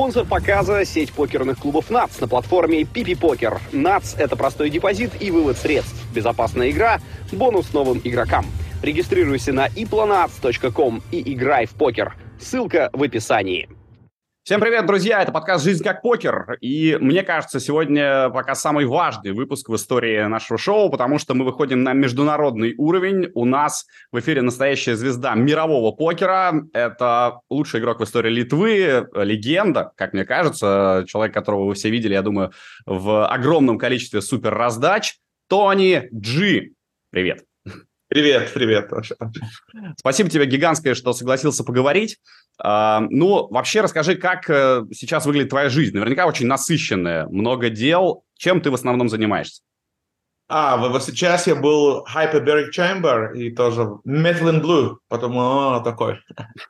Спонсор показа — сеть покерных клубов НАЦ на платформе PP Poker. НАЦ — это простой депозит и вывод средств, безопасная игра, бонус новым игрокам. Регистрируйся на iplanats.com и играй в покер. Ссылка в описании. Всем привет, друзья! Это подкаст «Жизнь как покер». И мне кажется, сегодня пока самый важный выпуск в истории нашего шоу, потому что мы выходим на международный уровень. У нас в эфире настоящая звезда мирового покера. Это лучший игрок в истории Литвы, легенда, как мне кажется, человек, которого вы все видели, я думаю, в огромном количестве суперраздач. Тони Джи. Привет. Привет. Спасибо тебе гигантское, что согласился поговорить. Вообще расскажи, как сейчас выглядит твоя жизнь. Наверняка очень насыщенная, много дел. Чем ты в основном занимаешься? Вот сейчас я был Hyperbaric Chamber и тоже Metal and Blue, потому такой.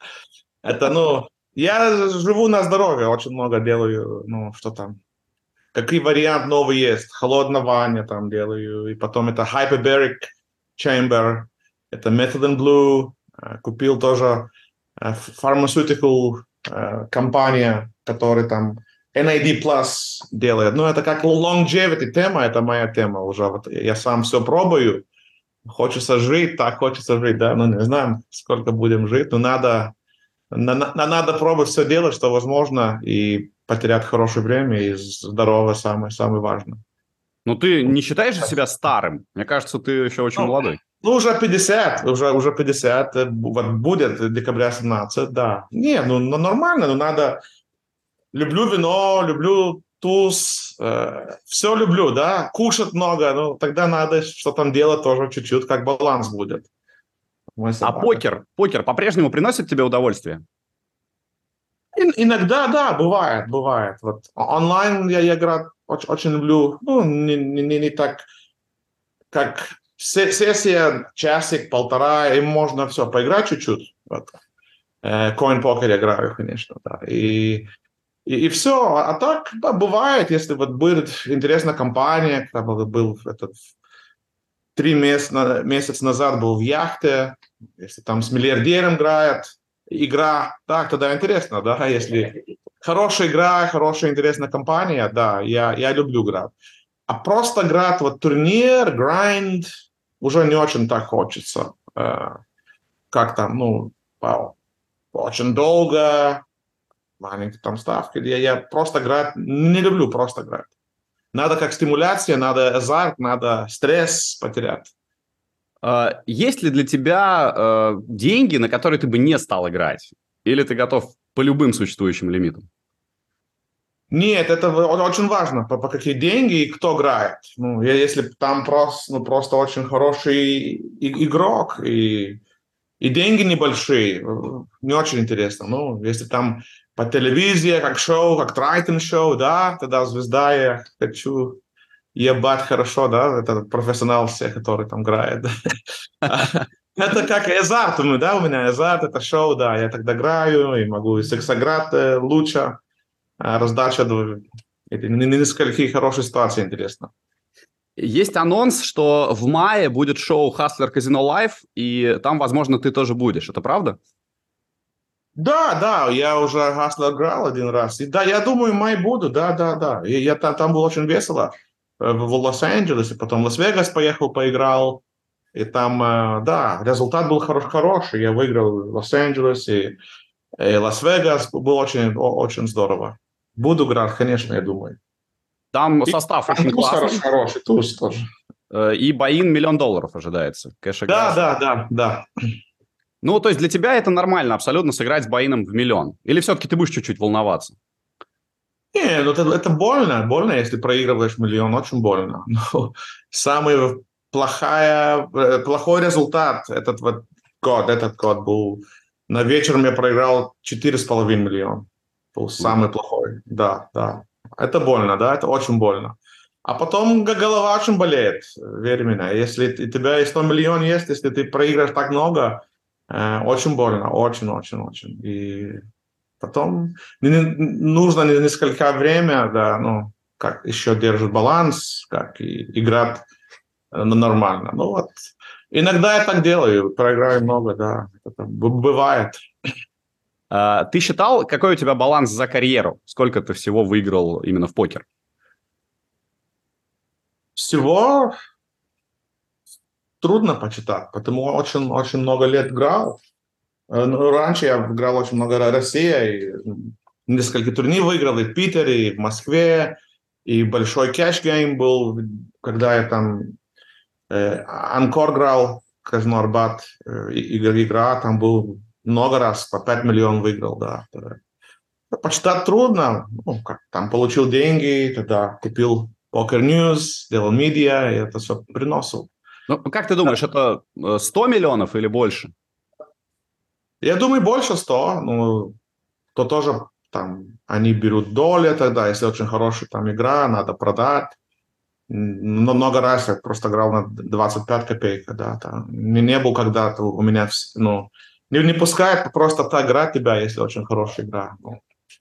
Я живу на здоровье, очень много делаю, что там. Какие варианты новые есть? Холодная ванна там делаю, и потом это Hyperbaric Chamber, это Metal and Blue, купил тоже pharmaceutical компания, которая там NAD Plus делает. Это как longevity тема, это моя тема уже. Вот я сам все пробую. Хочется жить, да. Не знаю, сколько будем жить, но надо пробовать все делать, что возможно, и потерять хорошее время, и здоровье самое важное. Ты не считаешь себя старым? Мне кажется, ты еще очень молодой. Уже 50, уже 50, вот будет декабря 17, да. Нормально, надо. Люблю вино, люблю туз, все люблю, да. Кушать много, тогда надо что там делать тоже чуть-чуть, как баланс будет. А покер по-прежнему приносит тебе удовольствие? Иногда, да, бывает. Вот онлайн я играть очень люблю, не так, как сессия, часик-полтора, и можно все, поиграть чуть-чуть. Вот. Coin-покер играю, конечно, да. И все. А так бывает, если вот будет интересная компания, когда был 3 месяца назад был в яхте, если там с миллиардером игра, так, тогда интересно, да, если хорошая игра, хорошая интересная компания, да, я люблю играть. А просто играть вот турнир, грайнд, уже не очень так хочется. Как там, очень долго, маленькие там ставки. Я просто играть, не люблю просто играть. Надо как стимуляция, надо азарт, надо стресс потерять. Есть ли для тебя деньги, на которые ты бы не стал играть? Или ты готов по любым существующим лимитам? Нет, это очень важно, по какие деньги и кто играет. Если там просто очень хороший игрок и деньги небольшие, не очень интересно. Если там по телевизии, как шоу, как Трайтон шоу, да, тогда звезда, я хочу ебать хорошо, да, это профессионал все, который там играет. Это как азарт, да, у меня азарт, это шоу, да, я тогда играю и могу сыграть лучше. Раздача, это несколько хороших ситуаций, интересно. Есть анонс, что в мае будет шоу Hustler Casino Live, и там, возможно, ты тоже будешь. Это правда? Да, я уже Hustler играл один раз. И да, я думаю, в мае буду, да. И я там был очень весело в Лос-Анджелесе, потом в Лас-Вегас поехал, поиграл. И там, да, результат был хороший. Я выиграл в Лос-Анджелес и Лас-Вегас. Было очень здорово. Буду играть, конечно, я думаю. Там состав очень классный. Хороший, туз тоже. И buy-in $1 миллион ожидается. Да. То есть для тебя это нормально абсолютно сыграть с buy-in в $1 миллион? Или все-таки ты будешь чуть-чуть волноваться? Нет, это больно, если проигрываешь $1 миллион, очень больно. Но самый плохой результат этот год был. На вечером я проиграл $4,5 миллиона. Был самый плохой, да. Это больно, да, это очень больно. А потом голова очень болеет, верь мне. Если у тебя 100 миллионов есть, если ты проиграешь так много, очень больно, очень. И потом нужно несколько времени, да, как еще держать баланс, как и играть нормально. Иногда я так делаю, проиграю много, да, это бывает. Ты считал, какой у тебя баланс за карьеру? Сколько ты всего выиграл именно в покер? Всего трудно почитать, потому очень много лет играл. Ну, раньше я играл очень много России, несколько турниров выиграл и в Питере, и в Москве, и большой кэш-гейм был, когда я там Анкор играл, Казино Арбат, игра, там был много раз, по 5 миллионов выиграл, да. Почитать трудно, ну, как, там получил деньги, тогда купил Poker News, делал медиа, и это все приносил. Ну, как ты думаешь, это 100 миллионов или больше? Я думаю, больше 100, ну, то тоже там они берут доли тогда, если очень хорошая там игра, надо продать. Но много раз я просто играл на 25 копеек, да, там. Не был когда-то у меня, ну, не пускает просто так играть тебя, если очень хорошая игра. Ну.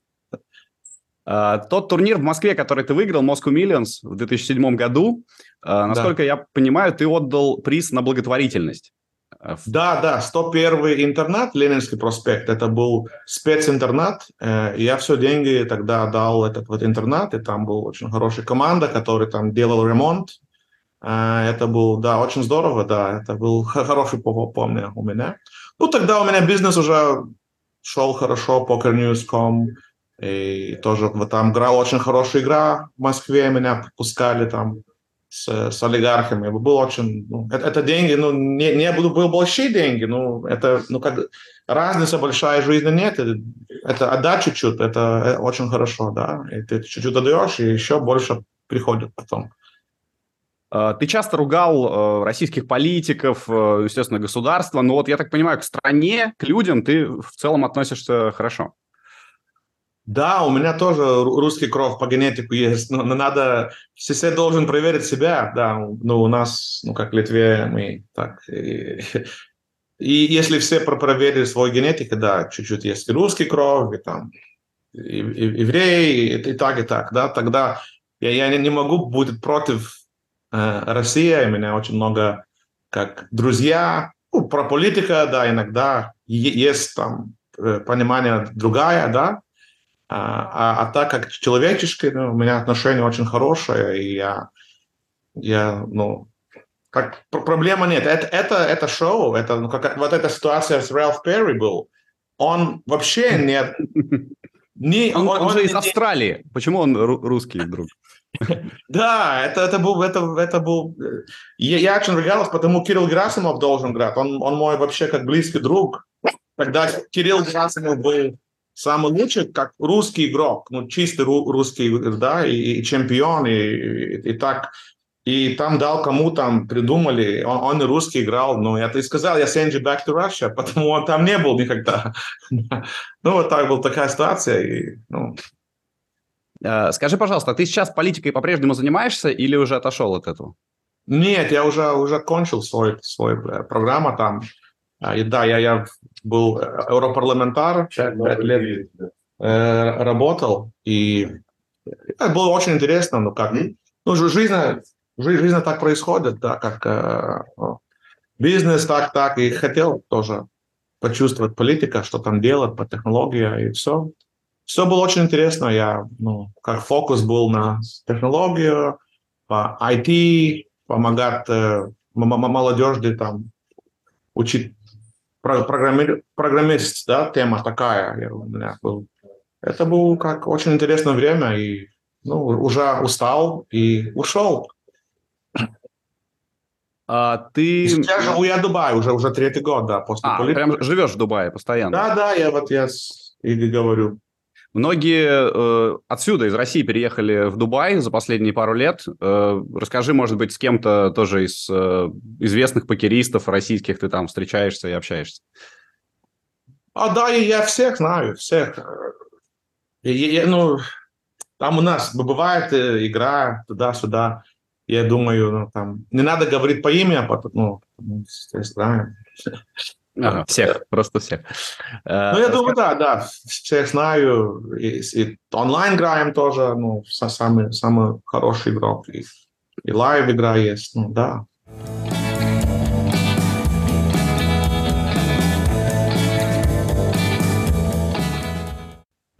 Тот турнир в Москве, который ты выиграл, Moscow Millions в 2007 году, насколько я понимаю, ты отдал приз на благотворительность. Да, 101-й интернат, Ленинский проспект, это был специнтернат, и я все деньги тогда отдал этот вот интернат, и там была очень хорошая команда, которая там делал ремонт. Это был, да, очень здорово, да, это был хороший помню у меня. Ну, тогда у меня бизнес уже шел хорошо, PokerNews.com, и тоже вот там играла очень хорошая игра в Москве, меня пускали там с олигархами. Было очень, ну, это деньги, ну, не были большие деньги, ну, это, ну, как разница большая в жизни нет, это отдать чуть-чуть, это очень хорошо, да, и ты чуть-чуть отдаешь, и еще больше приходит потом. Ты часто ругал российских политиков, естественно, государство, но вот я так понимаю, к стране, к людям ты в целом относишься хорошо. Да, у меня тоже русский кровь по генетику есть, но надо, все должен проверить себя, да, ну, у нас, ну, как в Литве, мы так, и если все проверили свою генетику, да, чуть-чуть есть и русский кровь, и там, и евреи, и так, да, тогда я не могу быть против России, у меня очень много, как друзья, ну, про политика, да, иногда есть там понимание другая, да, так как человечески, ну, у меня отношения очень хорошие, и ну, как, проблема нет. Это шоу, это, ну, как, вот эта ситуация с Ральф Перри был, он вообще нет... Он же из Австралии. Почему он русский вдруг? Да, это был... Я очень ругался, потому Кирилл Герасимов должен играть. Он мой вообще как близкий друг. Тогда Кирилл Герасимов был самый лучший, как русский игрок, ну, чистый русский, да, и чемпион, и так. И там дал кому там придумали, он и русский играл, но я и сказал, я send you back to Russia, потому он там не был никогда. Ну, вот так была такая ситуация. И, ну. Скажи, пожалуйста, ты сейчас политикой по-прежнему занимаешься или уже отошел от этого? Нет, я уже кончил свою программу там. И да, я был европарламентар, 5 лет работал, и это было очень интересно, ну, как, ну, жизнь так происходит, да, как бизнес так, и хотел тоже почувствовать политика, что там делать по технологии, и все. Все было очень интересно, ну, как фокус был на технологию, по IT, помогать молодежи там учить программист, да, тема такая у меня был. Это было как очень интересное время, и ну, уже устал и ушел. Сейчас живу я в Дубае, уже 3-й год, да, после политики. Прям живешь в Дубае постоянно? Да, я и говорю. Многие отсюда, из России, переехали в Дубай за последние пару лет. Расскажи, может быть, с кем-то тоже из известных покеристов российских ты там встречаешься и общаешься. Да, я всех знаю, всех. Ну, там у нас бывает игра туда-сюда. Я думаю, ну, там не надо говорить по имени, ну, естественно. Ага, всех, просто всех. Ну, я думаю, да, всех знаю. И онлайн играем тоже, ну, самый хороший игрок. И лайв игра есть, ну, да.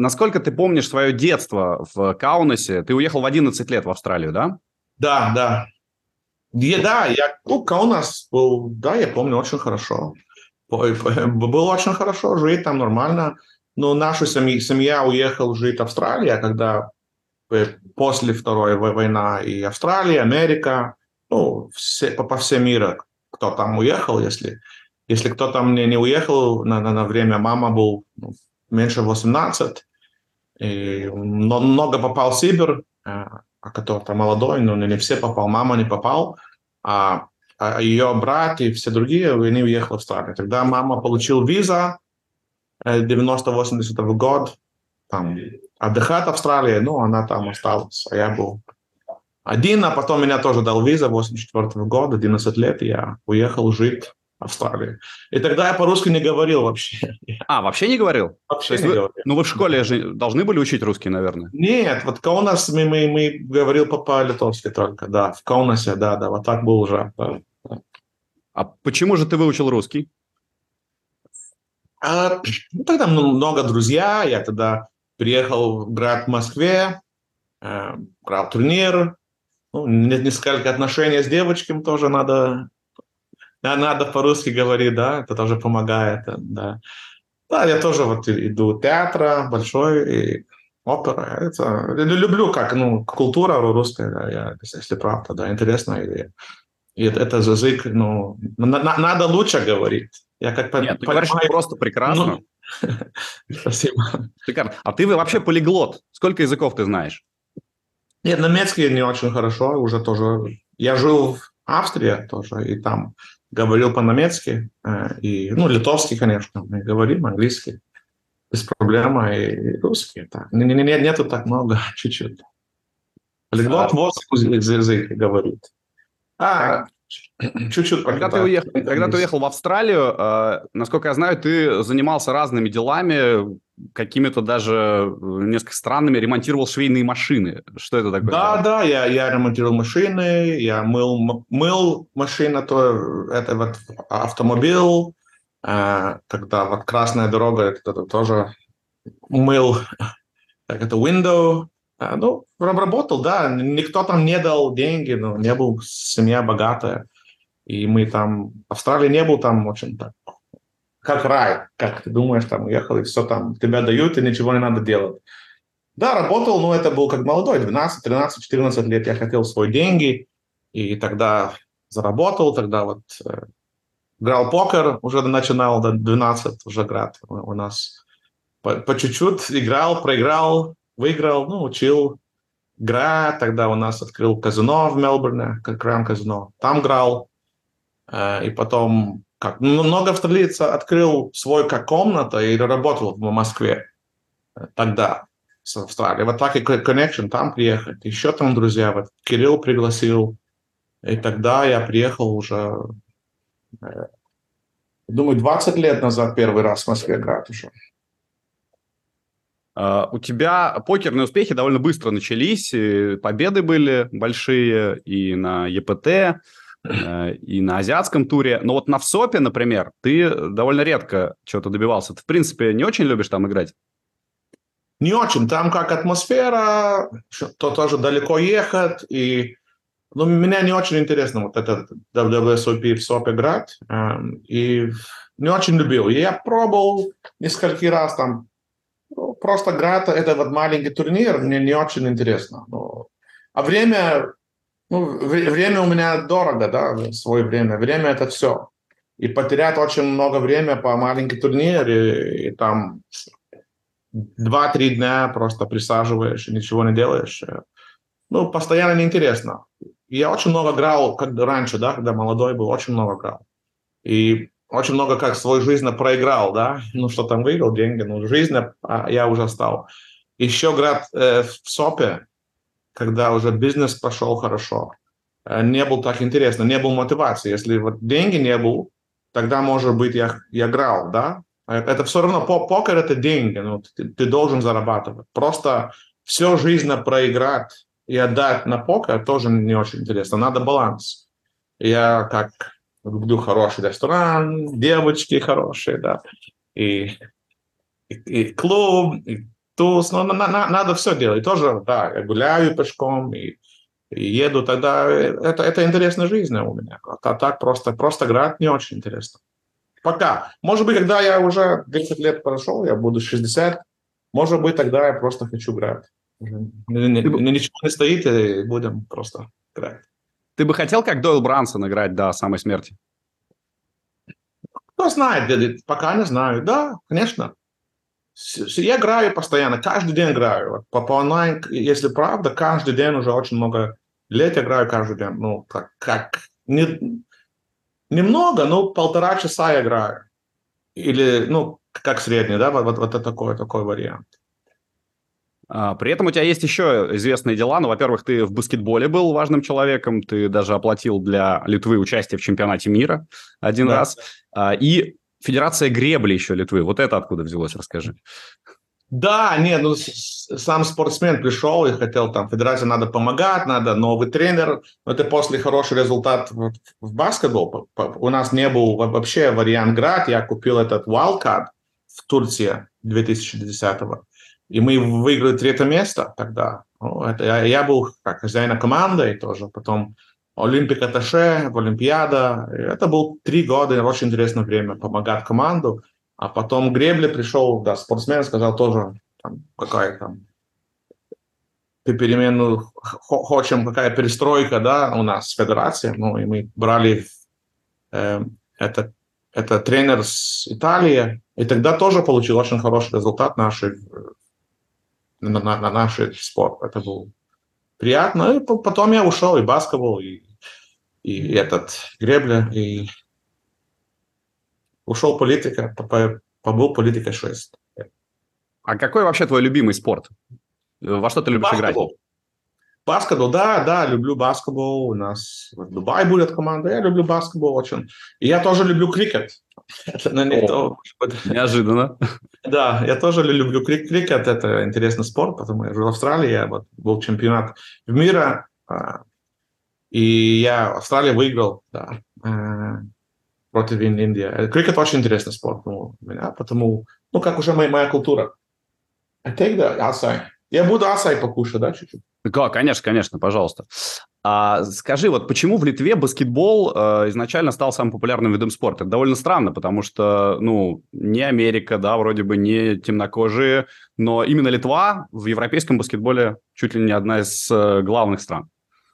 насколько ты помнишь свое детство в Каунасе? Ты уехал в 11 лет в Австралию, да? Да, да. Да, Каунас был, да, я помню очень хорошо. Было очень хорошо жить там нормально. Но наша семья уехала жить в Австралию, когда после Второй войны и Австралия, Америка, ну, по всему миру, кто там уехал, если кто там не уехал на время, мама был меньше 18, и много попал в Сибирь, а кто-то молодой, но не все попал, мама не попал, а ее брат и все другие, они уехали в Австралию. Тогда мама получила виза 90-80 год, там, отдыхать в Австралии, ну, она там осталась, а я был один, а потом меня тоже дал виза 84 года, 11 лет, и я уехал жить в Австралию. И тогда я по-русски не говорил вообще. Вообще не говорил? Вообще не говорил. Ну, вы в школе же должны были учить русский, наверное. Нет, вот в Каунас мы говорил по-литовски только, да, в Каунасе, да, вот так был уже. Да. А почему же ты выучил русский? Тогда много друзей, я тогда приехал в город в Москве, брал турнир, несколько отношений с девочками тоже надо по-русски говорить, да, это тоже помогает, да. Да, я тоже вот иду в театр большой, и опера. Это, люблю как, культура русская, да, если правда, да, интересно. И это язык, надо лучше говорить. Я как Нет, ты говоришь просто прекрасно. Спасибо. Шикарно. А ты вообще полиглот. Сколько языков ты знаешь? Нет, немецкий не очень хорошо, уже тоже. Я жил в Австрии тоже, и там говорил по-немецки, и, литовский, конечно, мы говорим, английский, без проблем, и русский. Так. Нету так много, чуть-чуть. Полиглот 8 языков говорит. Чуть-чуть. Когда ты уехал в Австралию, насколько я знаю, ты занимался разными делами, какими-то даже несколько странными, ремонтировал швейные машины. Что это такое? Да, я ремонтировал машины, я мыл машины, это вот автомобиль, тогда вот красная дорога, это тоже мыл, как это, window, работал, да, никто там не дал деньги, но не был семья богатая, и мы там, Австралия не был там очень так, как рай, как ты думаешь, там уехал, и все там, тебя дают, и ничего не надо делать. Да, работал, но это был как молодой, 12, 13, 14 лет, я хотел свои деньги, и тогда заработал, тогда вот играл покер, уже начинал до 12 уже играть у нас. По чуть-чуть играл, проиграл, выиграл, учил играть. Тогда у нас открыл казино в Мельбурне, Крам казино. Там играл. И потом, много австралийцев открыл свой как комната и работал в Москве тогда с Австралией. Вот так и connection там приехать. Еще там друзья, вот Кирилл пригласил. И тогда я приехал уже, думаю, 20 лет назад первый раз в Москве играть уже. У тебя покерные успехи довольно быстро начались, и победы были большие и на ЕПТ, и на азиатском туре. Но вот на ВСОПе, например, ты довольно редко чего-то добивался. Ты, в принципе, не очень любишь там играть? Не очень. Там как атмосфера, то тоже далеко ехать. И меня не очень интересно вот этот WSOP в СОП играть. И не очень любил. И я пробовал несколько раз там. Просто играть, это вот маленький турнир, мне не очень интересно. А время, время у меня дорого, да, свое время. Время это все. И потерять очень много времени по маленький турнир, и там 2-3 дня просто присаживаешь и ничего не делаешь. Постоянно неинтересно. Я очень много играл, как раньше, да, когда молодой был, очень много играл. И очень много как свою жизнь проиграл, да, что там выиграл деньги, жизнь я уже стал. Еще играть в СОПе, когда уже бизнес пошел хорошо, не был так интересно, не было мотивации. Если вот деньги не было, тогда, может быть, я играл, да. Это все равно, покер это деньги, ты должен зарабатывать. Просто всю жизнь проиграть и отдать на покер тоже не очень интересно, надо баланс. Я люблю хороший ресторан, девочки хорошие, да, и клуб, и туз, ну, надо все делать. Тоже, да, я гуляю пешком и еду, тогда это интересная жизнь у меня. А так просто играть не очень интересно. Пока. Может быть, когда я уже 30 лет прошел, я буду 60, может быть, тогда я просто хочу играть. Ничего не стоит, и будем просто играть. Ты бы хотел, как Дойл Брансон, играть до самой смерти? Кто знает, пока не знаю. Да, конечно. Я играю постоянно, каждый день играю. Вот по онлайн, если правда, каждый день уже очень много лет играю каждый день. Ну, как немного, но 1,5 часа я играю. Или, ну, как средний, да, вот это такой вариант. При этом у тебя есть еще известные дела. Ну, во-первых, ты в баскетболе был важным человеком, ты даже оплатил для Литвы участие в чемпионате мира один раз. И Федерация гребли еще Литвы. Вот это откуда взялось, расскажи. Да, нет, ну, сам спортсмен пришел и хотел, там, федерации надо помогать, надо новый тренер. Но это после хороший результат в баскетбол. У нас не был вообще вариант играть. Я купил этот wildcard в Турции 2010-го. И мы выиграли 3-е место тогда. Ну, я был как хозяин команды и тоже. Потом Олимпик Атташе, Олимпиада. И это был 3 года, очень интересное время помогать команду. А потом гребли пришел, да, спортсмен, сказал тоже, там, какая там перемену, хотим, какая перестройка, да, у нас в федерации. Ну, и мы брали это тренер с Италии, и тогда тоже получил очень хороший результат на наш спорт. Это было приятно. И потом я ушел и баскетбол, и этот гребля, и ушел политика, побыл политикой 6. А какой вообще твой любимый спорт? Во что ты любишь играть? Баскетбол, да, люблю баскетбол. У нас в Дубае будет команда, я люблю баскетбол очень. И я тоже люблю крикет. Неожиданно. Да, я тоже люблю крикет, это интересный спорт, потому что я жил в Австралии, я был чемпионат мира, и я в Австралии выиграл, да, против Индии. Крикет очень интересный спорт у меня, потому, ну, как уже моя культура. I take the outside. Я буду асай покушать, да, чуть-чуть? Да, конечно, пожалуйста. Скажи, вот почему в Литве баскетбол изначально стал самым популярным видом спорта? Это довольно странно, потому что, ну, не Америка, да, вроде бы не темнокожие, но именно Литва в европейском баскетболе чуть ли не одна из главных стран.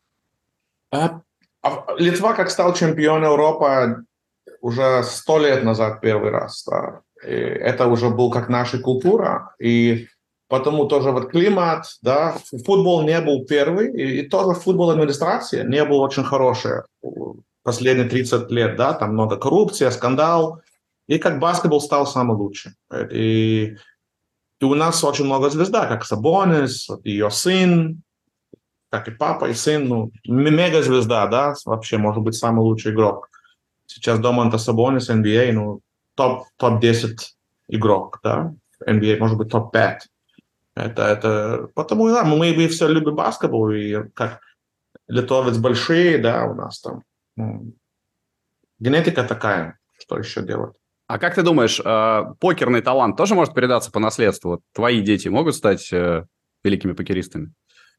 Литва как стал чемпионом Европы уже 100 лет назад первый раз, да. И это уже был как наша культура, и потому тоже вот климат, да, футбол не был первый, и тоже футбол администрация не был очень хорошая последние 30 лет, да, там много коррупции, скандал, и как баскетбол стал самый лучший. И у нас очень много звезда, как Сабонис, ее сын, как и папа, и сын, ну, мега-звезда, да, вообще может быть самый лучший игрок. Сейчас Домантас Сабонис, NBA, ну, топ-10 игрок, да, NBA, может быть, топ-5. Это потому, да, мы все любим баскетбол, и как литовец большие, да, у нас там генетика такая, что еще делать. А как ты думаешь, покерный талант тоже может передаться по наследству? Вот твои дети могут стать великими покеристами?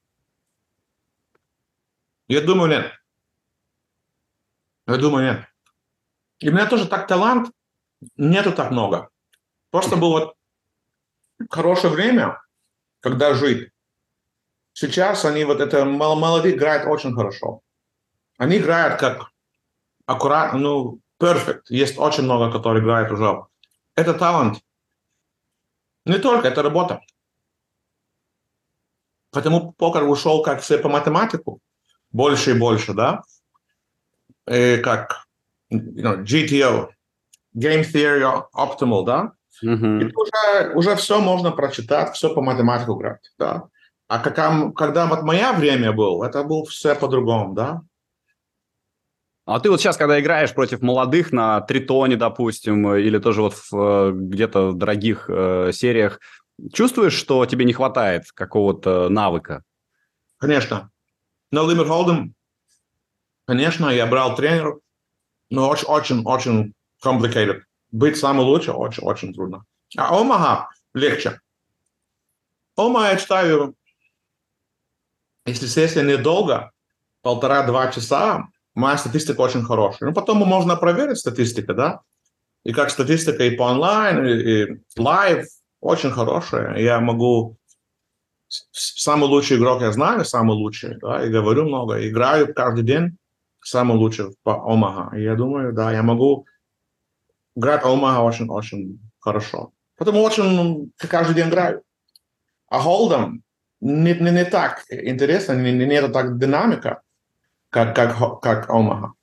Я думаю, нет. И у меня тоже так талант нету так много. Просто было вот хорошее время, когда жить. Сейчас они вот это молодые играют очень хорошо. Они играют как аккуратно, ну, perfect. Есть очень много, которые играют уже. Это талант. Не только, это работа. Потому покер ушел как все по математику. Больше и больше, да? И как GTO, Game Theory Optimal, да? И уже все можно прочитать, все по математику играть, да? А когда вот мое время было, это было все по-другому, да? А ты вот сейчас, когда играешь против молодых на тритоне, допустим, или тоже вот где-то в дорогих сериях, чувствуешь, что тебе не хватает какого-то навыка? Конечно. На Limit Hold'em, конечно, я брал тренера, но очень complicated. Быть самым лучшим очень трудно. А Омаха легче. Омаха, я считаю, если сессия недолго, 1,5-2 часа, моя статистика очень хорошая. Ну, потом можно проверить статистику, да? И как статистика и по онлайн, и лайв очень хорошая. Я могу... Самый лучший игрок я знаю, самый лучший, да, и говорю много. Играю каждый день самый лучший по Омаха. И я думаю, да, я могу играть Омаха очень-очень хорошо. Потому очень каждый день играю. А Холдом не так интересно, не так динамика, как Омаха.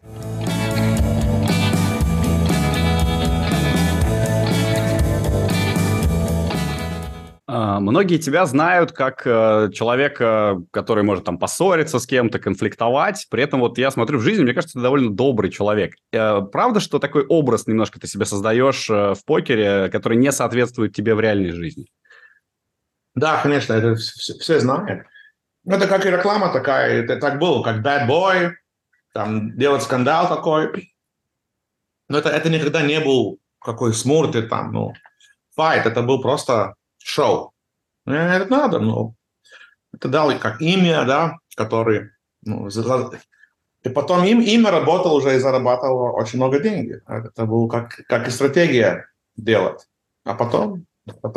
Многие тебя знают как человека, который может там поссориться с кем-то, конфликтовать. При этом вот я смотрю в жизни, мне кажется, ты довольно добрый человек. Правда, что такой образ немножко ты себе создаешь в покере, который не соответствует тебе в реальной жизни? Да, конечно, это все знают. Это как и реклама такая, это так было, как bad boy, там делать скандал такой. Но это никогда не был какой смурт и там, ну, файт, это был просто шоу. Это надо, ну, это дал как имя, да, который, ну, и потом имя работал уже и зарабатывал очень много денег. Это был как и стратегия делать. А потом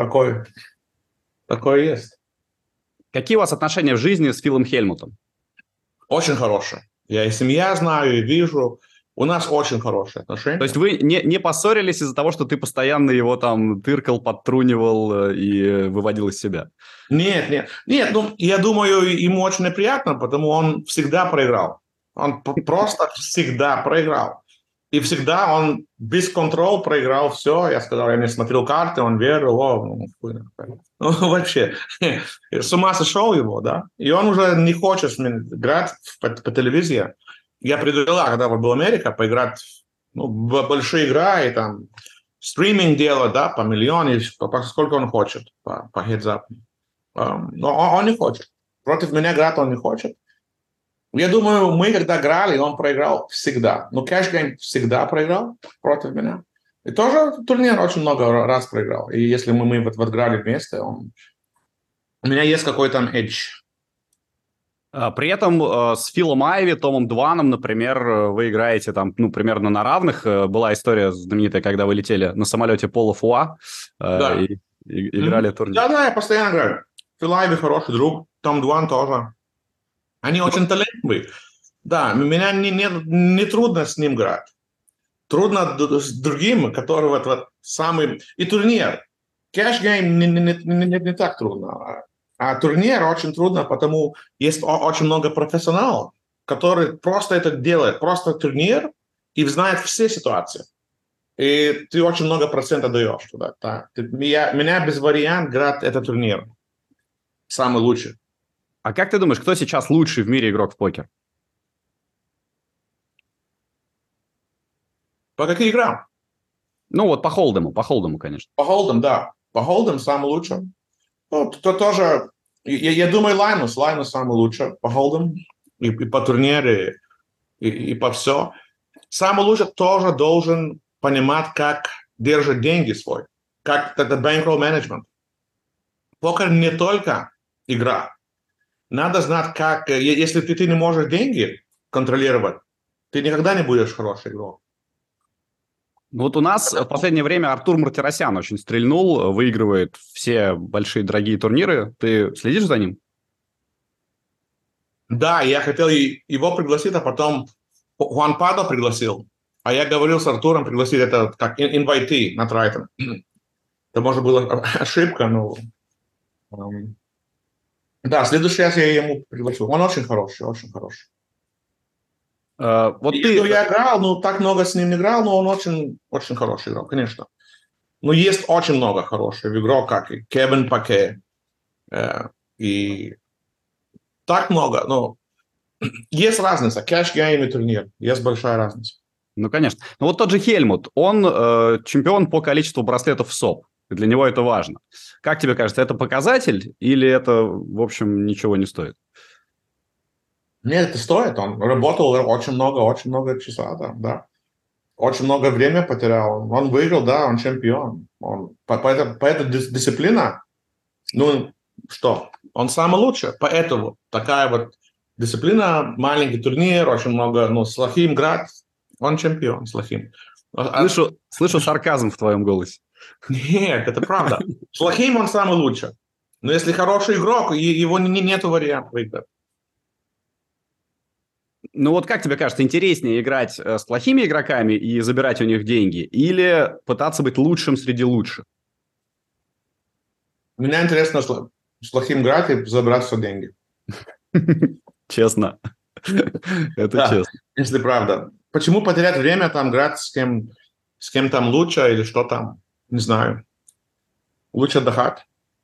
такое есть. Какие у вас отношения в жизни с Филом Хельмутом? Очень хорошие. Я и семья знаю, и вижу. У нас очень хорошие отношения. То есть вы не поссорились из-за того, что ты постоянно его там тыркал, подтрунивал и выводил из себя? Нет. Ну, я думаю, ему очень неприятно, потому он всегда проиграл. Он просто всегда проиграл. И всегда он без контроля проиграл все. Я сказал, я не смотрел карты, он верил. Ну, вообще, с ума сошел его, да. И он уже не хочет играть по телевизии. Я предлагал, когда был Америка, поиграть в большие игры, и там стриминг делать, да, по миллиону, сколько он хочет, по heads-up. Но он не хочет. Против меня играть он не хочет. Я думаю, мы когда играли, он проиграл всегда. Но Cash Game всегда проиграл против меня. И тоже турнир очень много раз проиграл. И если мы вот играли вместе, у меня есть какой-то edge. При этом с Филом Айви, Томом Дваном, например, вы играете там, ну, примерно на равных. Была история знаменитая, когда вы летели на самолете Пола Фуа Да. и играли турнир. Да, я постоянно играю. Фил Айви хороший друг, Том Дван тоже. Они очень талантливые. Да, меня не трудно с ним играть. Трудно с другим, который вот самый... И турнир. Cash Game не так трудно. А турнир очень трудно, потому есть очень много профессионалов, которые просто это делают. Просто турнир и знают все ситуации. И ты очень много процентов даешь туда. Да. Меня без варианта играть этот турнир. Самый лучший. А как ты думаешь, кто сейчас лучший в мире игрок в покер? По каким играм? Ну вот по холдему, конечно. По холдам, да. По холдам самый лучший. Ну, то тоже, я думаю, Лайнус самый лучший по холдам. И по турниру, и по все. Самый лучший тоже должен понимать, как держать деньги свой. Как это bankroll management. Покер не только игра. Надо знать, как... Если ты не можешь деньги контролировать, ты никогда не будешь хороший игрок. Вот у нас в последнее время Артур Мартиросян очень стрельнул, выигрывает все большие дорогие турниры. Ты следишь за ним? Да, я хотел его пригласить, а потом Хуан Падо пригласил. А я говорил с Артуром пригласить это как invitee на Трайтон. Это, может, была ошибка, но... Да, в следующий раз я ему пригласил. Он очень хороший, очень хороший. Вот ты... Я играл, ну, так много с ним не играл, но он очень, очень хороший игрок, конечно. Но есть очень много хороших игроков, как и Кевин Паке. И так много, но есть разница. Cash Game и турнир. Есть большая разница. Ну, конечно. Но вот тот же Хельмут, он чемпион по количеству браслетов в СОП. Для него это важно. Как тебе кажется, это показатель или это, в общем, ничего не стоит? Нет, это стоит. Он работал очень много часов, да. Очень много времени потерял. Он выиграл, да, он чемпион. По этой дисциплине, ну, что он самый лучший. Поэтому такая вот дисциплина, маленький турнир, очень много, ну, с Лохим играть, он чемпион с Лохим. Слышу сарказм в твоем голосе. Нет, это правда. С Лохим он самый лучший. Но если хороший игрок, его нету вариантов выиграть. Ну вот как тебе кажется, интереснее играть с плохими игроками и забирать у них деньги или пытаться быть лучшим среди лучших? Мне интересно с Лохим играть и забрать все деньги. Честно. Это честно. Если правда. Почему потерять время там играть с кем там лучше или что там? Не знаю. Лучше отдыхать.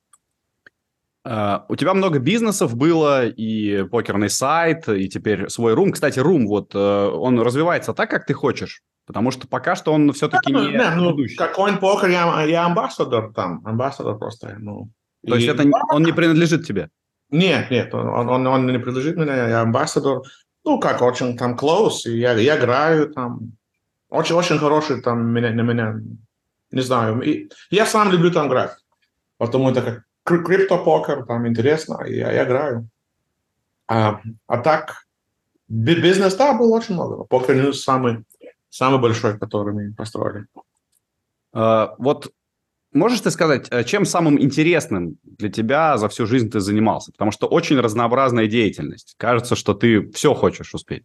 У тебя много бизнесов было, и покерный сайт, и теперь свой рум. Кстати, рум, вот он развивается так, как ты хочешь, потому что пока что он все-таки не ведущий. Как CoinPoker, я амбассадор там, амбассадор просто. Ну. То есть он не принадлежит тебе? Нет, он не принадлежит мне, я амбассадор. Ну, как очень там close, я играю там. Очень хороший там на меня, не знаю. И я сам люблю там играть, потому это как криптопокер, там интересно, и я играю. А так, бизнес, да, был очень много. Покер News самый большой, который мы построили. Вот можешь ты сказать, чем самым интересным для тебя за всю жизнь ты занимался? Потому что очень разнообразная деятельность. Кажется, что ты все хочешь успеть.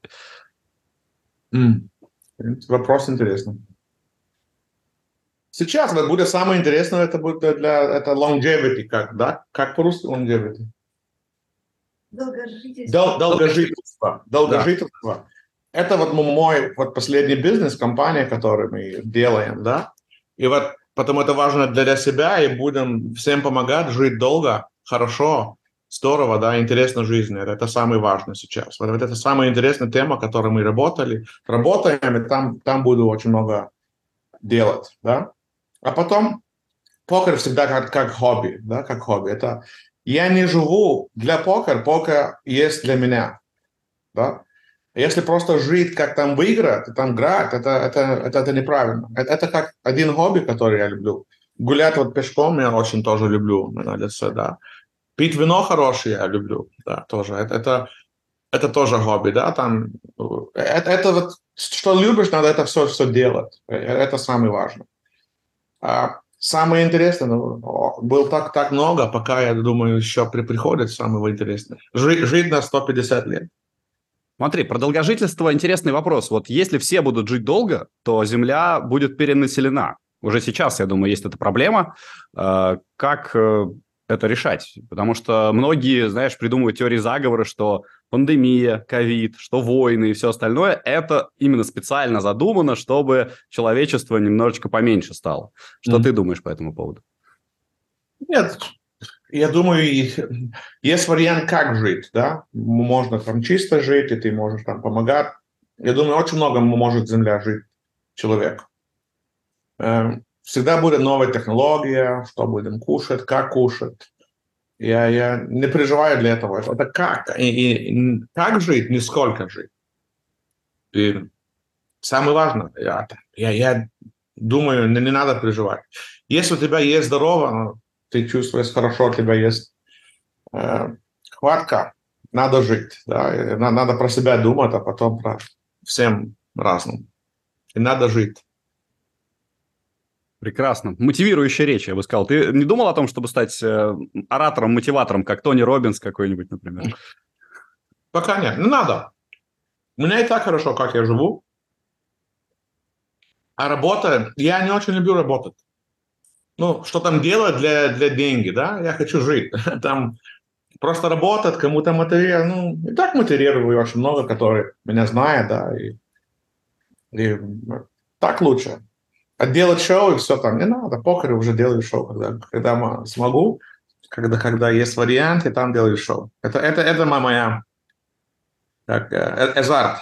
Вопрос интересный. Сейчас вот будет самое интересное, это будет это longevity, как по-русски longevity? Долгожительство. Да. Это вот мой вот последний бизнес, компания, которую мы делаем, да. И вот потому это важно для себя, и будем всем помогать жить долго, хорошо, здорово, да, интересно жизни. Это самое важное сейчас. Вот это самая интересная тема, которой мы работаем, и там буду очень много делать, да. А потом покер всегда как хобби, да, как хобби. Это я не живу для покер есть для меня, да. Если просто жить, как там выиграть, там играть, это неправильно. Это как один хобби, который я люблю. Гулять вот пешком я очень тоже люблю, мне нравится, да. Пить вино хорошее я люблю, да, тоже. Это тоже хобби, да, там. Это вот, что любишь, надо это все делать. Это самое важное. Самое интересное, было так много, пока, я думаю, еще приходит самого интересного. Жить на 150 лет. Смотри, про долгожительство интересный вопрос. Вот если все будут жить долго, то Земля будет перенаселена. Уже сейчас, я думаю, есть эта проблема. Как это решать? Потому что многие, знаешь, придумывают теории заговора, что пандемия, ковид, что войны и все остальное, это именно специально задумано, чтобы человечество немножечко поменьше стало. Что ты думаешь по этому поводу? Нет, я думаю, есть вариант, как жить, да. Можно там чисто жить, и ты можешь там помогать. Я думаю, очень много может Земля жить человек. Всегда будет новая технология, что будем кушать, как кушать. Я не переживаю для этого. Это как? И как жить, не сколько жить. И самое важное, я думаю, не надо переживать. Если у тебя есть здорово, ты чувствуешь хорошо, у тебя есть хватка, надо жить. Да? Надо про себя думать, а потом про всем разным. И надо жить. Прекрасно. Мотивирующая речь, я бы сказал. Ты не думал о том, чтобы стать оратором-мотиватором, как Тони Роббинс какой-нибудь, например? Пока нет. Не надо. У меня и так хорошо, как я живу. А работа, я не очень люблю работать. Ну, что там делать для деньги, да? Я хочу жить. Там просто работать, кому-то мотивировать. Ну, и так мотивирую очень много, которые меня знают, да. И так лучше. А делать шоу и все там не надо. Покер уже делаю шоу, когда смогу, когда есть варианты, там делаю шоу. Это моя как азарт.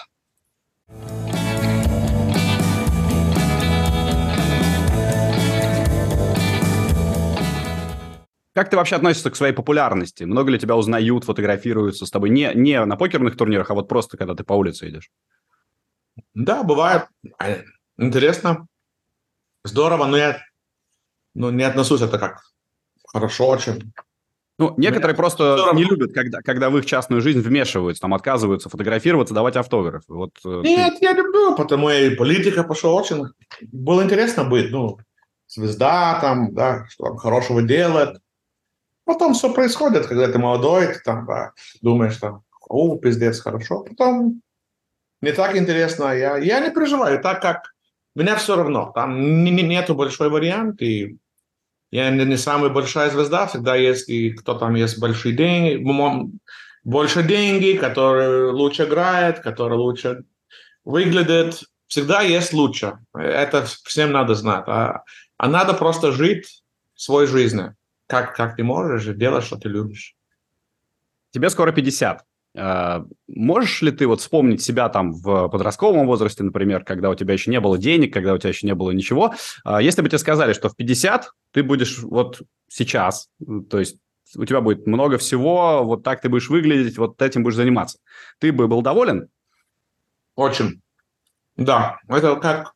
Как ты вообще относишься к своей популярности? Много ли тебя узнают, фотографируются с тобой? Не на покерных турнирах, а вот просто, когда ты по улице идешь. Да, бывает. Интересно. Здорово, но я не отношусь это как хорошо очень. Ну, некоторые просто не любят, когда в их частную жизнь вмешиваются, там отказываются фотографироваться, давать автографы. Вот Нет, я люблю, потому и политика пошла очень. Было интересно быть, ну, звезда там, да, что там хорошего делает. Потом все происходит, когда ты молодой, ты там, да, думаешь, там, о, пиздец, хорошо. Потом не так интересно. Я не переживаю, так как меня все равно. Там нету большой вариант, и я не самая большая звезда, всегда есть и кто там есть большие деньги, больше деньги, который лучше играет, который лучше выглядит. Всегда есть лучше. Это всем надо знать. А надо просто жить своей жизнью. Как ты можешь делать, что ты любишь. тебе скоро 50. Можешь ли ты вот вспомнить себя там в подростковом возрасте, например, когда у тебя еще не было денег, когда у тебя еще не было ничего? Если бы тебе сказали, что в 50 ты будешь вот сейчас, то есть у тебя будет много всего, вот так ты будешь выглядеть, вот этим будешь заниматься, ты бы был доволен? Очень. Да, это как...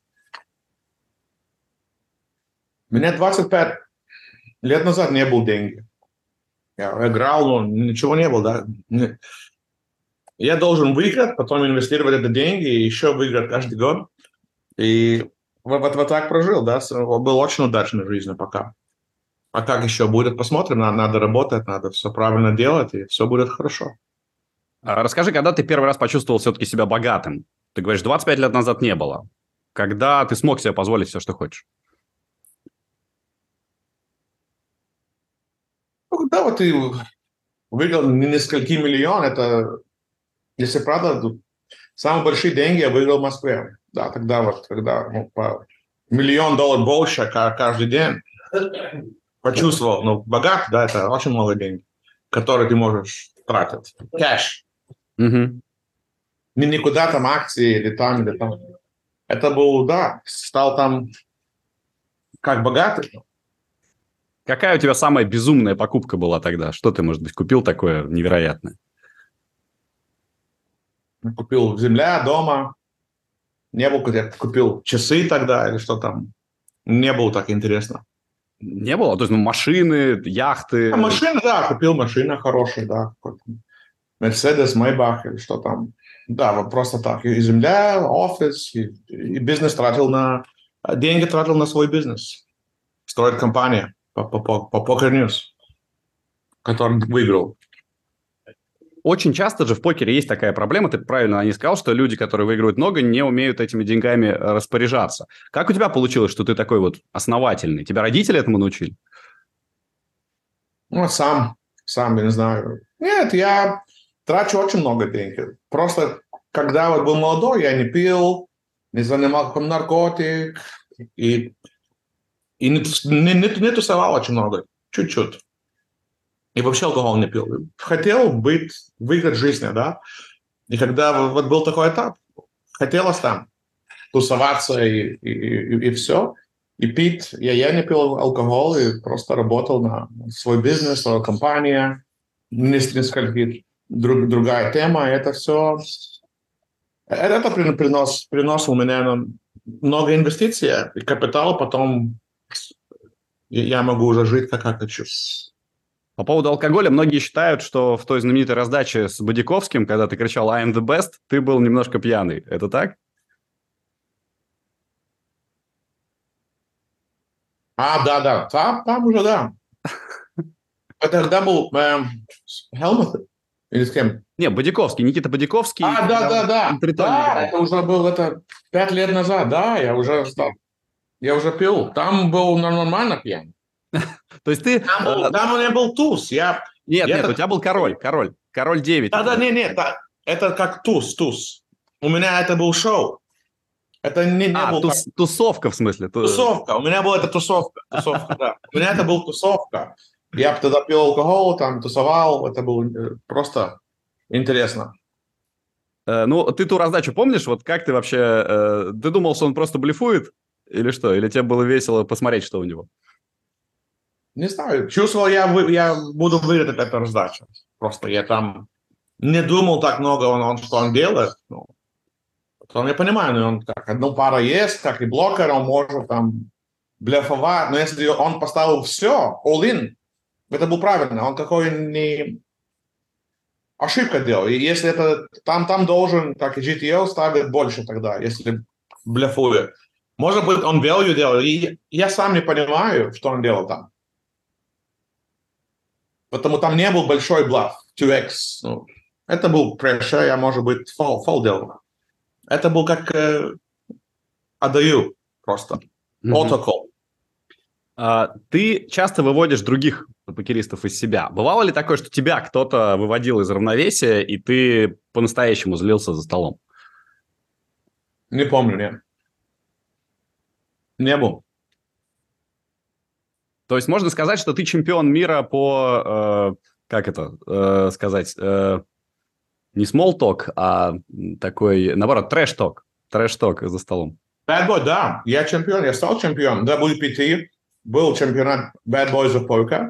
У меня 25 лет назад не было денег. Я играл, но ничего не было, да. Я должен выиграть, потом инвестировать это деньги и еще выиграть каждый год. И вот так прожил, да. Был очень удачной жизнью пока. А как еще будет, посмотрим. Надо работать, надо все правильно делать, и все будет хорошо. Расскажи, когда ты первый раз почувствовал все-таки себя богатым? Ты говоришь, 25 лет назад не было. Когда ты смог себе позволить все, что хочешь? Ну, да, вот ты выиграл несколько миллион, это, если правда, самые большие деньги я выиграл в Москве. Да, тогда вот, когда ну, по $1 миллион больше каждый день, почувствовал, ну, богат, да, это очень много денег, которые ты можешь тратить. Кэш. Угу. Не куда там акции или там, или там. Это был, да, стал там как богатый. Какая у тебя самая безумная покупка была тогда? Что ты, может быть, купил такое невероятное? Купил земля, дома. Не был, я купил часы тогда или что там. Не было так интересно. Не было? То есть, ну, машины, яхты. Машина, да, купил машина хорошая, да. Мерседес, Майбах или что там. Да, вот просто так. И земля, офис, и бизнес тратил на... Деньги тратил на свой бизнес. Строит компания по Poker News, который выиграл. Очень часто же в покере есть такая проблема, ты правильно о ней сказал, что люди, которые выигрывают много, не умеют этими деньгами распоряжаться. Как у тебя получилось, что ты такой вот основательный? Тебя родители этому научили? Ну, сам, я не знаю. Нет, я трачу очень много денег. Просто, когда вот был молодой, я не пил, не занимался наркотик, и не тусовал очень много, чуть-чуть. И вообще алкоголь не пил. Хотел выиграть жизнь, да. И когда вот был такой этап, хотелось там тусоваться и все. И пить. Я не пил алкоголь и просто работал на свой бизнес, свою компанию. Несколько другая тема. Это все... Это принос у меня много инвестиций и капитал, потом я могу уже жить, как хочу. По поводу алкоголя, многие считают, что в той знаменитой раздаче с Бодяковским, когда ты кричал «I am the best», ты был немножко пьяный. Это так? Да. Там уже, да. Это когда был Хелмут? Или с кем? Не, Бодяковский, Никита Бодяковский. Да. Да, Это уже было 5 лет назад, да, я уже пил. Там был нормально пьян. То есть ты... Там у меня был туз. Нет, у тебя был король 9. Да, нет, это как туз. У меня это был шоу. Это не был... Тусовка, в смысле? Тусовка. У меня была эта тусовка, да. У меня это был тусовка. Я тогда пил алкоголь, там тусовал. Это было просто интересно. Ну, ты ту раздачу помнишь? Вот как ты вообще... Ты думал, что он просто блефует? Или что? Или тебе было весело посмотреть, что у него? Не знаю. Чувствовал, я буду выиграть эту раздачу. Просто я там не думал так много, что он делает. Ну, потом я понимаю, он как одну пару есть, как и блокер, он может там блефовать. Но если он поставил все, all-in, Это был правильно. Он какой не ошибка делал. И если это там должен, как и GTO, ставить больше тогда, если блефует. Может быть, он value делал. И я сам не понимаю, что он делал там. Потому там не был большой блаф, 2x. Ну, это был pressure, я, может быть, фол делал. Это был как отдаю просто. Autocall. Ты часто выводишь других покеристов из себя. Бывало ли такое, что тебя кто-то выводил из равновесия, и ты по-настоящему злился за столом? Не помню, нет. Не был. То есть можно сказать, что ты чемпион мира по, как это сказать, не small talk, а такой, наоборот, трэш-ток. Трэш-ток за столом. Bad Boy, да. Я чемпион, я стал чемпионом. WPT был чемпионат Bad Boys of Poker.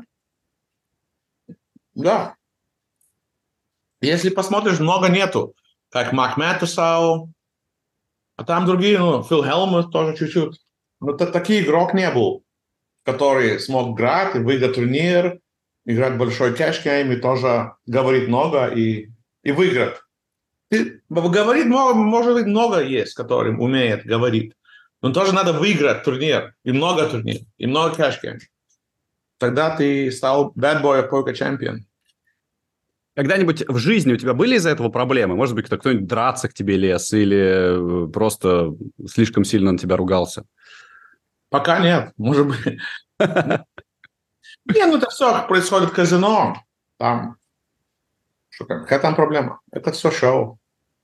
Да. Если посмотришь, много нету. Как Мак Мэттусау, а там другие, ну, Фил Хелмут тоже чуть-чуть. Но такой игрок не был, который смог играть, выиграть турнир, играть большой кэш-гейм и тоже говорит много и выиграть. Говорит много, может быть, много есть, который умеет говорить. Но тоже надо выиграть турнир, и много турниров, и много кэш-гейм. Тогда ты стал Bad Boy Poker Champion. Когда-нибудь в жизни у тебя были из-за этого проблемы? Может быть, кто-нибудь драться к тебе лез или просто слишком сильно на тебя ругался? Пока нет, может быть. Не, ну это все происходит в казино. Там, какая там проблема? Это все шоу.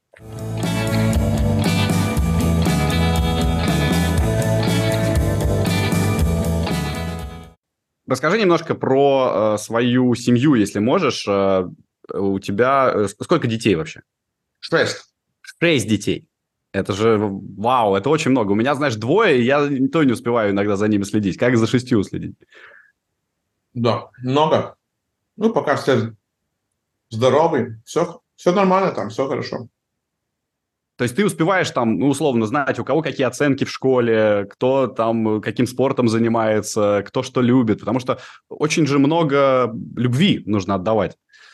Расскажи немножко про свою семью, если можешь. У тебя сколько детей вообще? 6. 6 детей. Это же, вау, это очень много. У меня, знаешь, 2, и я то не успеваю иногда за ними следить. Как за 6 следить? Да, много. Ну, пока все здоровы, все нормально там, все хорошо. То есть ты успеваешь там, ну, условно, знать, у кого какие оценки в школе, кто там каким спортом занимается, кто что любит, потому что очень же много любви нужно отдавать.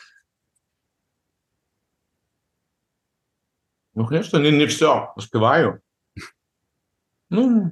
Ну, конечно, не все успеваю. Ну,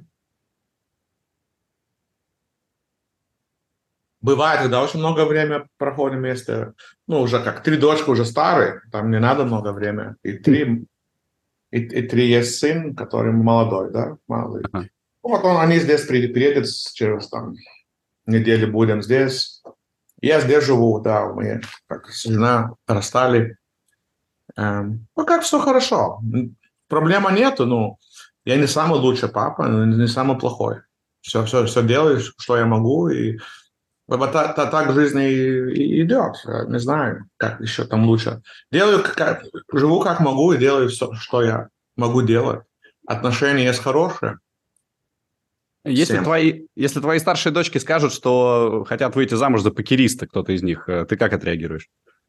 бывает, когда очень много времени проходим вместе. Ну, уже как 3 дочки уже старые, там не надо много времени. И 3 есть сын, который молодой, да, малый. Ага. Вот они здесь приедет через там неделю будем здесь. Я здесь живу, да, мы как жена расстали. Ну, как все хорошо. Проблема нету, ну, я не самый лучший папа, но не самый плохой. Все делаю, что я могу, и вот так жизнь и идет. Я не знаю, как еще там лучше. Живу как могу и делаю все, что я могу делать. Отношения есть хорошие. Если твои старшие дочки скажут, что хотят выйти замуж за покериста, кто-то из них, ты как отреагируешь?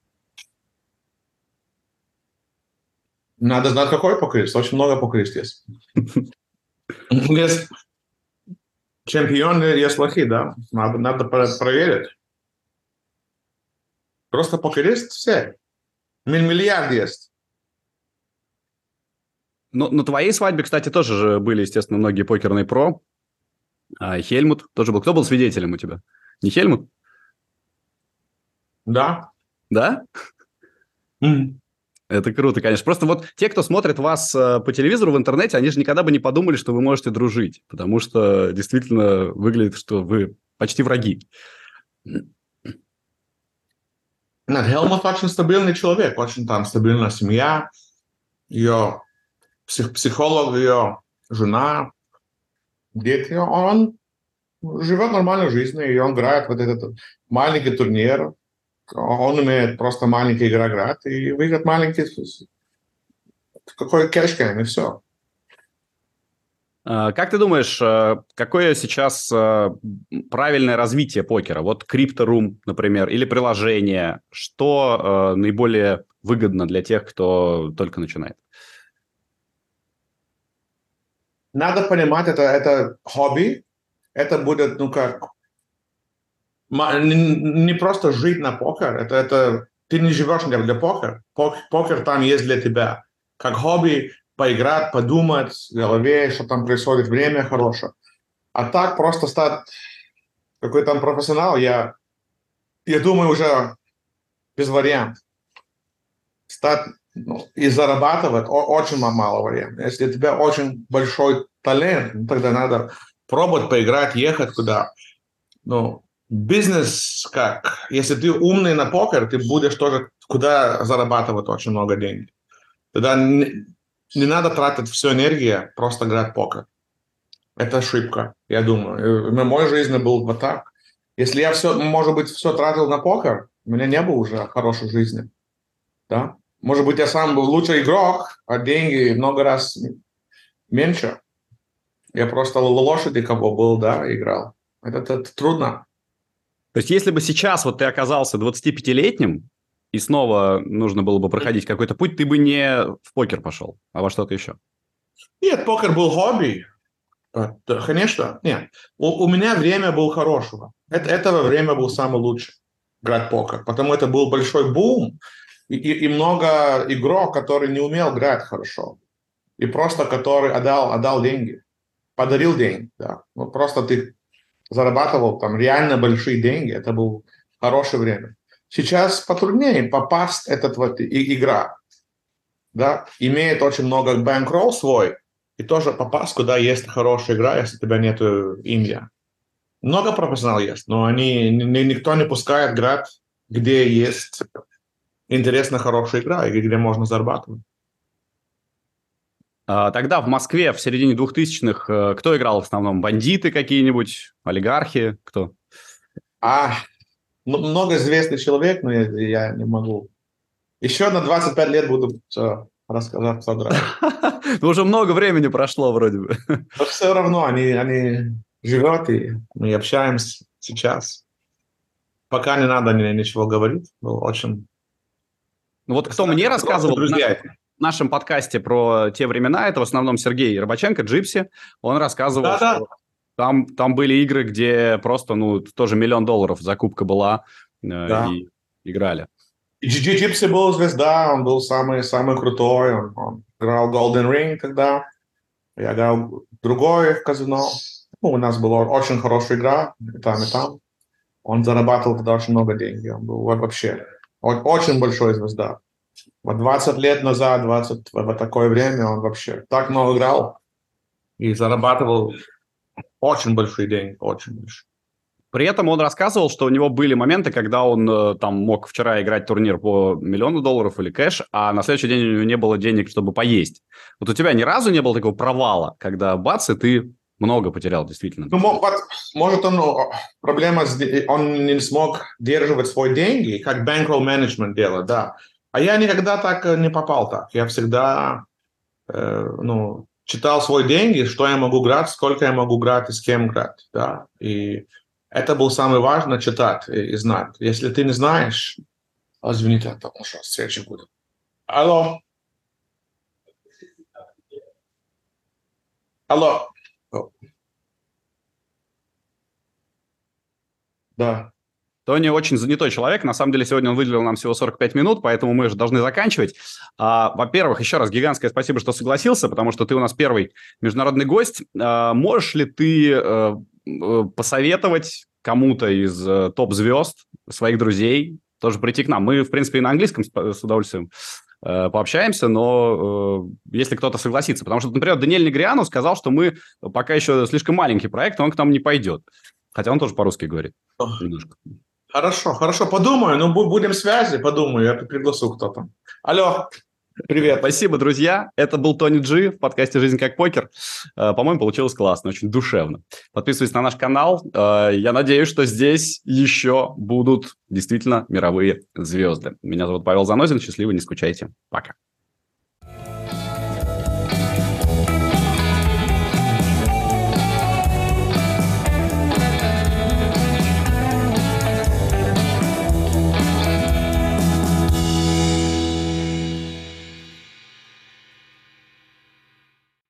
Надо знать, какой покерист. Очень много покерист есть. Есть чемпионы, есть плохие, да. Надо проверить. Просто покерист все. Миллиард есть. Ну, на твоей свадьбе, кстати, тоже же были, естественно, многие покерные про. Хельмут тоже был. Кто был свидетелем у тебя? Не Хельмут? Да. Да? Это круто, конечно. Просто вот те, кто смотрит вас по телевизору в интернете, они же никогда бы не подумали, что вы можете дружить, потому что действительно выглядит, что вы почти враги. Хелмут очень стабильный человек, очень там стабильная семья, ее психолог, ее жена, дети. Он живет нормальной жизнью, и он играет вот этот маленький турнир. Он умеет просто маленький игра играть и выиграть маленький какой кэш-гейм, и все. Как ты думаешь, какое сейчас правильное развитие покера? Вот Crypto.ru, например, или приложение. Что наиболее выгодно для тех, кто только начинает? Надо понимать, это хобби. Это будет, ну как, Не просто жить на покер, это ты не живешь для покер. Покер там есть для тебя. Как хобби, поиграть, подумать в голове, что там происходит, время хорошее. А так просто стать какой там профессионал, я думаю, уже без вариантов. Стать и зарабатывать очень мало вариантов. Если у тебя очень большой талант, тогда надо пробовать поиграть, ехать куда. Ну, бизнес как? Если ты умный на покер, ты будешь тоже куда зарабатывать очень много денег. Тогда не надо тратить всю энергию, просто играть в покер. Это ошибка, я думаю. В моей жизни был вот так. Если я все, может быть, все тратил на покер, у меня не было уже хорошей жизни. Да? Может быть, я сам был лучший игрок, а деньги много раз меньше. Я просто лошади кого был, да, играл. Это трудно. То есть, если бы сейчас вот ты оказался 25-летним, и снова нужно было бы проходить какой-то путь, ты бы не в покер пошел, а во что-то еще? Нет, покер был хобби. Да, конечно, нет. У меня время было хорошего. Этого время был самый лучший играть в покер. Потому это был большой бум, и много игрок, которые не умел играть хорошо. И просто который отдал деньги, подарил деньги. Да. Ну, просто ты зарабатывал там реально большие деньги. Это было хорошее время. Сейчас потруднее попасть в игра. Да, имеет очень много бэнкролл свой, и тоже попасть, куда есть хорошая игра, если у тебя нет имя. Много профессионалов есть, но никто не пускает играть, где есть интересная хорошая игра, и где можно зарабатывать. Тогда в Москве в середине 2000-х кто играл в основном? Бандиты какие-нибудь? Олигархи? Кто? Много известных человек, но я не могу. Еще на 25 лет буду рассказать, кто играет. Уже много времени прошло вроде бы. Но все равно они живут, и мы общаемся сейчас. Пока не надо ничего говорить. Было очень... Ну вот кто мне рассказывал друзья. в нашем подкасте про те времена, это в основном Сергей Рыбаченко, Джипси. Он рассказывал, что там были игры, где просто, тоже $1 миллион закупка была, и играли. Джипси был звезда, он был самый крутой, он играл Golden Ring тогда, я играл другое в казино. У нас была очень хорошая игра, и там, и там. Он зарабатывал тогда очень много денег, он был вообще очень большой звезда. Вот 20 лет назад, в такое время он вообще так много играл и зарабатывал очень большие деньги, очень большие. При этом он рассказывал, что у него были моменты, когда он там мог вчера играть турнир по $1 миллион или кэш, а на следующий день у него не было денег, чтобы поесть. Вот у тебя ни разу не было такого провала, когда бац, и ты много потерял, действительно? Может, проблема, он не смог держать свои деньги, как bankroll management делает, да. А я никогда так не попал так. Я всегда, читал свои деньги, что я могу играть, сколько я могу играть и с кем играть, да. И это было самое важное, читать и знать. Если ты не знаешь... Извините, потому что встреча будет. Алло. Да. Тони очень занятой человек. На самом деле, сегодня он выделил нам всего 45 минут, поэтому мы же должны заканчивать. Во-первых, еще раз гигантское спасибо, что согласился, потому что ты у нас первый международный гость. Можешь ли ты посоветовать кому-то из топ-звезд, своих друзей, тоже прийти к нам? Мы, в принципе, и на английском с удовольствием пообщаемся, но если кто-то согласится. Потому что, например, Даниэль Негриану сказал, что мы пока еще слишком маленький проект, он к нам не пойдет. Хотя он тоже по-русски говорит. Немножко. Хорошо, подумаю. Будем в связи, подумаю, я приглашу кто-то. Алло, привет. Спасибо, друзья. Это был Тони Джи в подкасте «Жизнь как покер». По-моему, получилось классно, очень душевно. Подписывайтесь на наш канал. Я надеюсь, что здесь еще будут действительно мировые звезды. Меня зовут Павел Занозин. Счастливо, не скучайте. Пока.